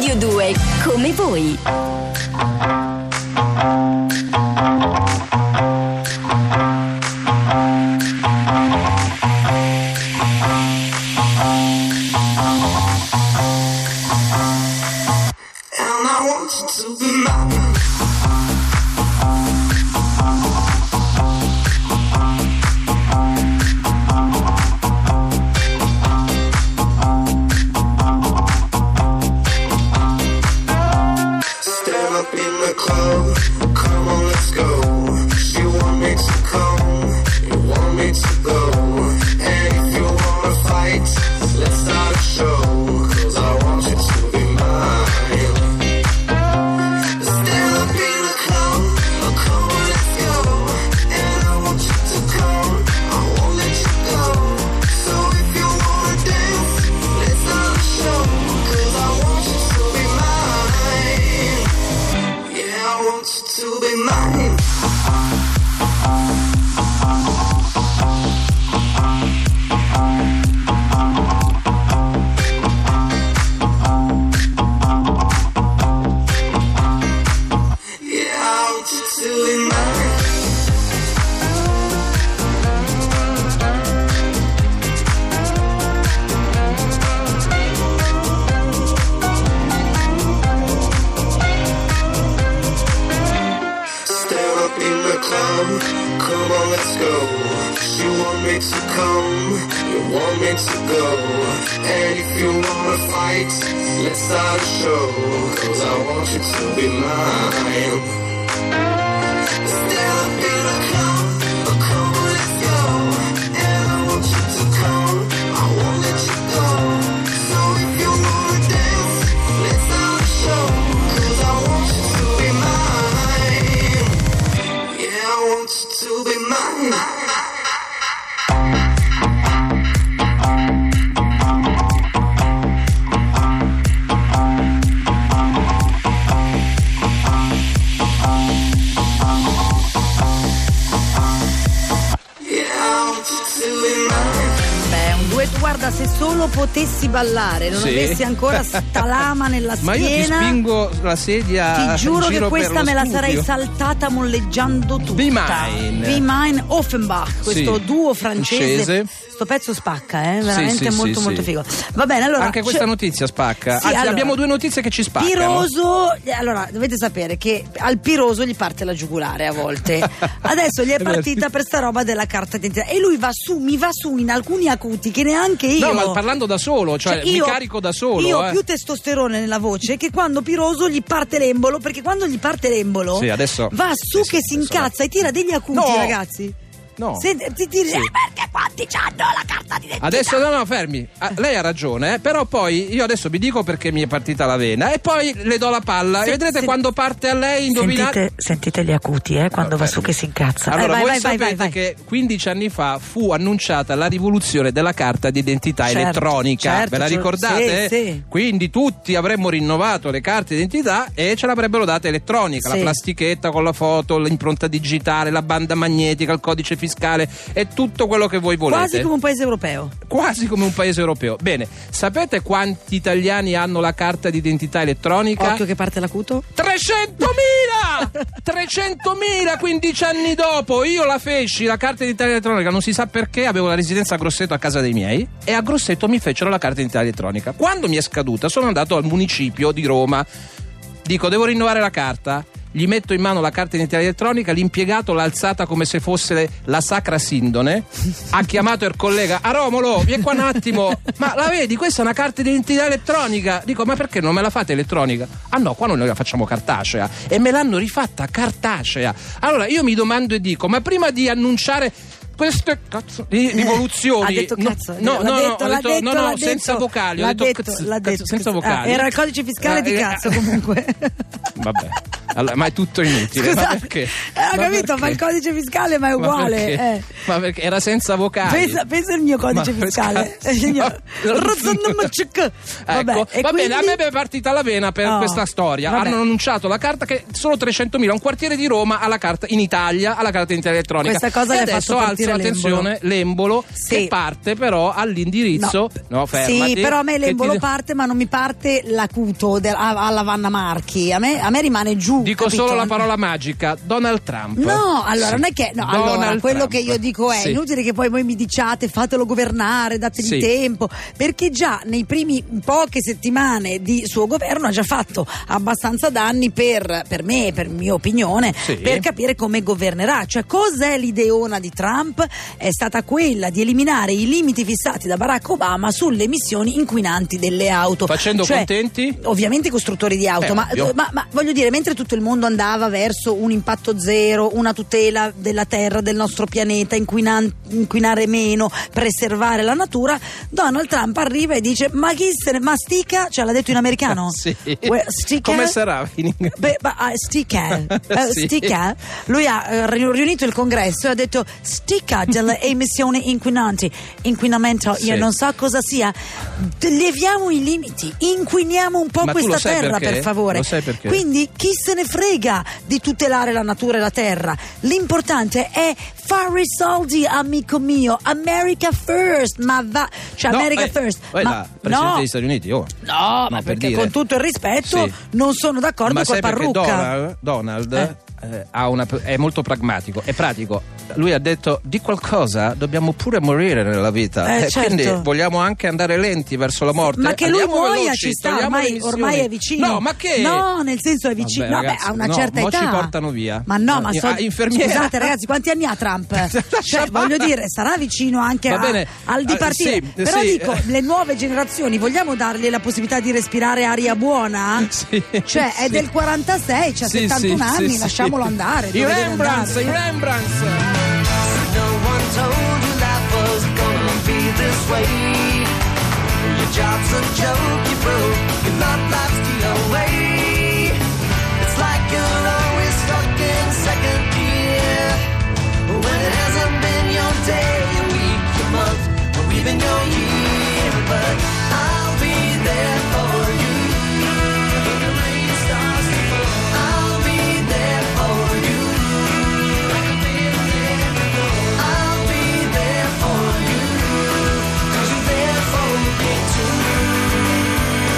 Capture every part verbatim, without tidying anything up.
Radio due, come voi. Come on, let's go. You want me to come, you want me to go. And if you wanna fight, let's start a show. Cause I want you to be mine. Still a bit of come, but come on, let's go. And I want you to come, I won't let you go. So if you wanna dance, let's start a show. Cause I want you to be mine. Yeah, I want you to be mine. Guarda, se solo potessi ballare, non sì. avessi ancora sta lama nella schiena. Ma io ti spingo la sedia. Ti giuro che questa me la studio. sarei saltata molleggiando tutta. Be Mine. Be Mine Offenbach, questo sì. duo francese. Francese. Sto pezzo spacca, eh? Veramente sì, sì, molto sì, molto sì. figo. Va bene, allora. Anche questa cioè, notizia spacca. sì, Anzi, allora, abbiamo due notizie che ci spaccano. Piroso, allora dovete sapere che al Piroso gli parte la giugulare a volte. Adesso gli è partita per sta roba della carta d'identità e lui va su, mi va su in alcuni acuti che neanche io. No, ma parlando da solo, cioè, cioè io, mi carico da solo. Io ho eh. più testosterone nella voce che quando Piroso gli parte l'embolo, perché quando gli parte l'embolo sì, adesso, va su sì, che sì, si incazza e tira degli acuti, no. ragazzi. No. Se, ti, ti, Sì. eh, perché quanti c'hanno la carta d'identità? Adesso no no fermi, ah, lei ha ragione, eh, però poi io adesso vi dico perché mi è partita la vena e poi le do la palla Se, e vedrete se, quando parte a lei indovinate. Sentite, sentite gli acuti, eh, quando no, va fermi. su che si incazza. Allora, Eh, vai, voi vai, sapete vai, vai, vai. che quindici anni fa fu annunciata la rivoluzione della carta d'identità Certo, elettronica, certo, ve la cioè, ricordate? sì, sì. Quindi tutti avremmo rinnovato le carte d'identità e ce l'avrebbero data elettronica, Sì. la plastichetta con la foto, l'impronta digitale, la banda magnetica, il codice fiscale e tutto quello che voi volete. Quasi come un paese europeo. Quasi come un paese europeo. Bene, sapete quanti italiani hanno la carta d'identità elettronica? Occhio che parte l'acuto. trecentomila! trecentomila quindici anni dopo io la feci la carta d'identità elettronica, non si sa perché, avevo la residenza a Grosseto a casa dei miei e a Grosseto mi fecero la carta d'identità elettronica. Quando mi è scaduta sono andato al municipio di Roma, dico devo rinnovare la carta, gli metto in mano la carta d'identità elettronica, l'impiegato l'ha alzata come se fosse la Sacra Sindone, ha chiamato il collega, a Romolo vieni qua un attimo, ma la vedi questa è una carta d'identità elettronica, dico ma perché non me la fate elettronica? Ah no, qua noi la facciamo cartacea e me l'hanno rifatta cartacea. Allora io mi domando e dico, ma prima di annunciare queste cazzo di rivoluzioni, ha detto cazzo, no, l'ha no, detto, no, l'ha ho detto, detto, no, no, l'ha senza detto, vocali, ho l'ha detto detto, cazzo, l'ha cazzo, detto, senza ah, vocali. era il codice fiscale di Eh, cazzo eh, comunque. Vabbè. Allora, ma è tutto inutile. Scusate, ma perché? Eh, ho Ma capito, perché? ma il codice fiscale ma è Ma uguale. perché? eh. Ma perché era senza vocali. Pensa, pensa al mio codice Ma per fiscale. cazzo. Il mio- No. Vabbè, Ecco, e va bene, a quindi- me è partita la vena per Oh, questa storia. vabbè. Hanno annunciato la carta che solo trecentomila, un quartiere di Roma ha la carta in Italia, ha la carta d'identità elettronica. Questa cosa e le ha adesso fatto alzo partire l'attenzione l'embolo Sì. che parte però all'indirizzo. No, fermati, Sì, però a me che l'embolo ti- parte, ma non mi parte l'acuto de- a- alla Vanna Marchi. A me, a me rimane giù. Dico capito? solo la parola magica, Donald Trump. No, allora Sì. non è che no, Donald allora, quello Trump. che io dico è Sì. inutile che poi voi mi diciate fatelo governare, dategli Sì. tempo, perché già nei primi poche settimane di suo governo ha già fatto abbastanza danni per, per me, per mia opinione, Sì. per capire come governerà. Cioè, cos'è l'ideona di Trump? È stata quella di eliminare i limiti fissati da Barack Obama sulle emissioni inquinanti delle auto. Facendo Cioè, contenti? ovviamente i costruttori di auto, Eh, ma, ovvio. ma, ma voglio dire, mentre tutto il mondo andava verso un impatto zero, una tutela della terra, del nostro pianeta, inquinan- inquinare meno, preservare la natura, Donald Trump arriva e dice ma chi se ne, ma stica, cioè l'ha detto in americano? Sì. Well, stica? Come sarà in inglese? Beh, ma, ah, stica, eh, Sì. stica. Lui ha eh, riunito il congresso e ha detto stica delle emissioni inquinanti, inquinamento, Sì. io non so cosa sia, leviamo i limiti, inquiniamo un po' Ma tu questa lo sai terra perché? per favore. Lo sai perché? Quindi chi se ne frega di tutelare la natura e la terra? L'importante è fare i soldi, amico mio. America first, ma va, cioè No, America eh, first. poi Ma la Presidente no, degli Stati Uniti, oh. no, ma per perché dire. con tutto il rispetto Sì. non sono d'accordo Ma col sai perché parrucca. Donald, Donald eh, ha una, è molto pragmatico, è pratico. Lui ha detto di qualcosa dobbiamo pure morire nella vita. Eh, Eh, certo. Quindi vogliamo anche andare lenti verso la morte. Ma che lui Andiamo muoia veloci, ci sta, togliamo le ormai, emissioni. ormai è vicino. No, ma che? No, nel senso è vicino. Vabbè, no, beh, ragazzi, ha una no, certa mo età. ci portano via. Ma no, ma so, Ah, infermiera. scusate ragazzi, quanti anni ha Trump? Cioè, voglio dire, sarà vicino anche Va a- bene. al Eh, dipartire. sì, Però sì. dico, le nuove generazioni vogliamo dargli la possibilità di respirare aria buona? Sì, Cioè, è sì. del quarantasei, c'ha Sì, settantuno sì, anni, sì, lasciamolo sì. andare. I dove deve Rembrandts, andare? i Rembrandts. No one told you life was gonna be this way. Your job's a joke, you broke. Your love life's the away. It's like you're always stuck in second gear. When it hasn't been your day, your week, your month, or even your year. But I'll be there for you. When the rain starts to fall, I'll be there for you. Like I've been there before. I'll be there for you. 'Cause you're there for me too.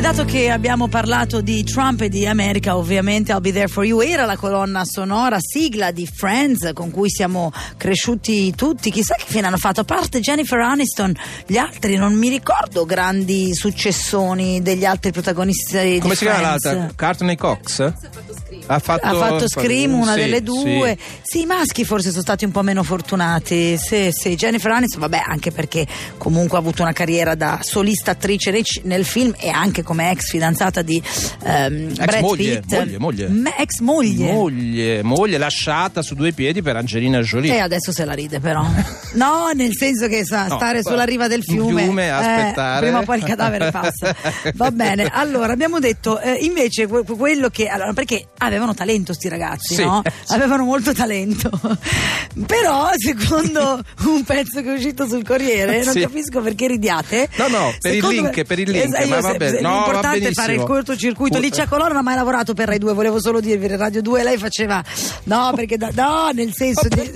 dato che abbiamo parlato di Trump e di America, ovviamente I'll Be There For You era la colonna sonora, sigla di Friends, con cui siamo cresciuti tutti. Chissà che fine hanno fatto, a parte Jennifer Aniston, gli altri non mi ricordo grandi successoni degli altri protagonisti di Come si Friends. chiama l'altra? Courtney Cox? Ha fatto, Ha fatto Scream, una sì, delle due. Sì. Sì, i maschi forse sono stati un po' meno fortunati. Sì, sì. Jennifer Aniston, vabbè, anche perché comunque ha avuto una carriera da solista attrice nel, nel film e anche come ex fidanzata di um, Brad moglie, Pitt. moglie, moglie. Me- ex moglie. Moglie, moglie lasciata su due piedi per Angelina Jolie. E adesso se la ride però. No, nel senso che sa, No, stare sulla riva del fiume, fiume, aspettare. eh, prima o poi il cadavere passa. Va bene, allora abbiamo detto eh, invece que- quello che allora, perché avevano talento sti ragazzi, Sì. no? Avevano molto talento. Però secondo un pezzo che è uscito sul Corriere, non Sì. capisco perché ridiate. No, no, per il secondo link, me- per il link, Esatto, ma io va se- bene. se- No, va l'importante è fare il benissimo. cortocircuito. Uh, Licia Colonna non ha mai lavorato per Rai due, volevo solo dirvi, Radio due lei faceva no, perché da- no, nel senso di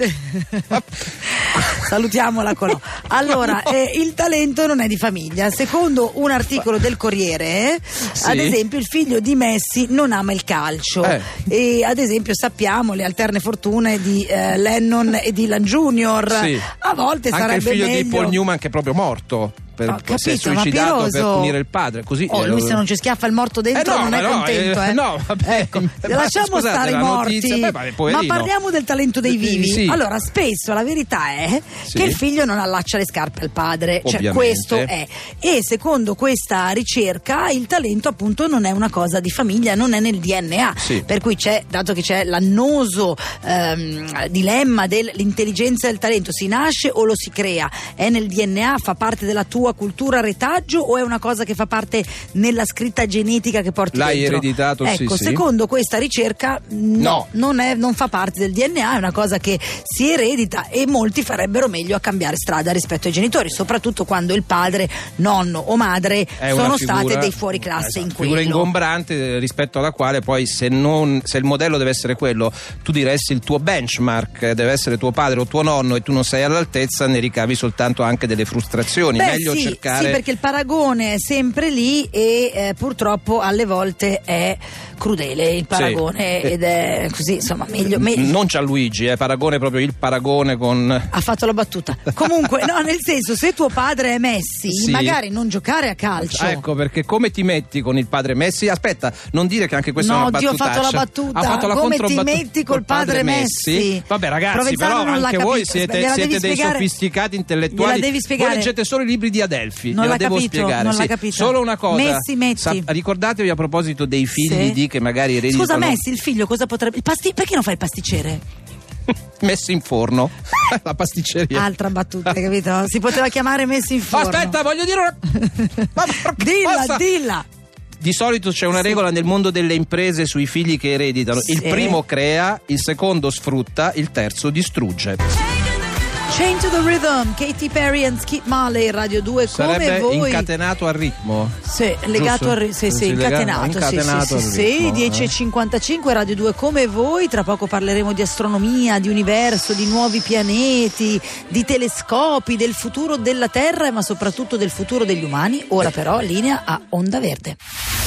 salutiamola Colò. Allora, eh, il talento non è di famiglia. Secondo un articolo del Corriere, Sì. ad esempio, il figlio di Messi non ama il calcio. Eh. E ad esempio sappiamo le alterne fortune di eh, Lennon e Dylan Junior. Sì. A volte Anche sarebbe il figlio meglio. di Paul Newman che è proprio morto. Per, Ho si è capito, ma suicidato per Piroso- punire il padre. Così Oh, lui se non ci schiaffa il morto dentro Eh no, non è ma no, contento, eh, eh. no, vabbè, Ecco, ma lasciamo scusate, stare i la morti. notizia- beh, ma ma poverino. parliamo del talento dei vivi. Sì. Allora, spesso la verità è Sì. che il figlio non allaccia le scarpe al padre, cioè Ovviamente. questo è. E secondo questa ricerca il talento appunto non è una cosa di famiglia, non è nel D N A. Sì. Per cui c'è, dato che c'è l'annoso ehm, dilemma dell'intelligenza e del talento, si nasce o lo si crea? È nel D N A, fa parte della tua cultura retaggio o è una cosa che fa parte nella scritta genetica che porti L'hai dentro? ereditato, sì, Ecco, sì. secondo questa ricerca no, No. Non, è, non fa parte del D N A, è una cosa che si eredita e molti farebbero meglio a cambiare strada rispetto ai genitori, soprattutto quando il padre, nonno o madre È una sono figura- state dei fuori classe esatto, in quello. figura ingombrante eh, rispetto alla quale poi se, non, se il modello deve essere quello, tu diresti il tuo benchmark eh, deve essere tuo padre o tuo nonno e tu non sei all'altezza, ne ricavi soltanto anche delle frustrazioni. Beh, Meglio sì, cercare sì, perché il paragone è sempre lì e eh, purtroppo alle volte è crudele il paragone Sì. ed è così, insomma, meglio, meglio. non Gianluigi, eh, paragone proprio il paragone con Ha fatto la battuta. Comunque, no, nel senso, se tuo padre è Messi, Sì. magari non giocare a calcio. Ecco, perché come ti metti con il padre Messi? Aspetta, non dire che anche questa No, è una Dio, ho battutaccia. fatto la battuta. Ha fatto la Come ti controbattuta metti col padre Messi? Vabbè, ragazzi, Provenzano però non l'ha anche voi capito. siete, Gliela siete devi dei spiegare. sofisticati intellettuali. Gliela devi spiegare. Voi leggete solo i libri di Adelphi. Non gliela l'ha devo capito, spiegare. non l'ha sì. capito. Solo una cosa. Messi, metti. Sa- ricordatevi a proposito dei figli Sì. di che magari ereditano. Scusa, Messi, il figlio cosa potrebbe. Il pasti... Perché non fai il pasticcere? Messi in forno. La pasticceria. Altra battuta, hai capito? Si poteva chiamare Messi in forno. Aspetta, voglio dire una. Ma porca Dilla, cosa? dilla. Di solito c'è una regola nel mondo delle imprese sui figli che ereditano. Sì. Il primo crea, il secondo sfrutta, il terzo distrugge. Chain to the Rhythm, Katy Perry and Skip Marley, Radio due, come Sarebbe voi. incatenato al ritmo. Sì, legato Giusto? al ri- sì, sì, Sì, incatenato, lega- sì, incatenato sì, al sì, sì, ritmo, dieci e cinquantacinque Radio due come voi, tra poco parleremo di astronomia, di universo, di nuovi pianeti, di telescopi, del futuro della Terra, ma soprattutto del futuro degli umani. Ora però linea a Onda Verde.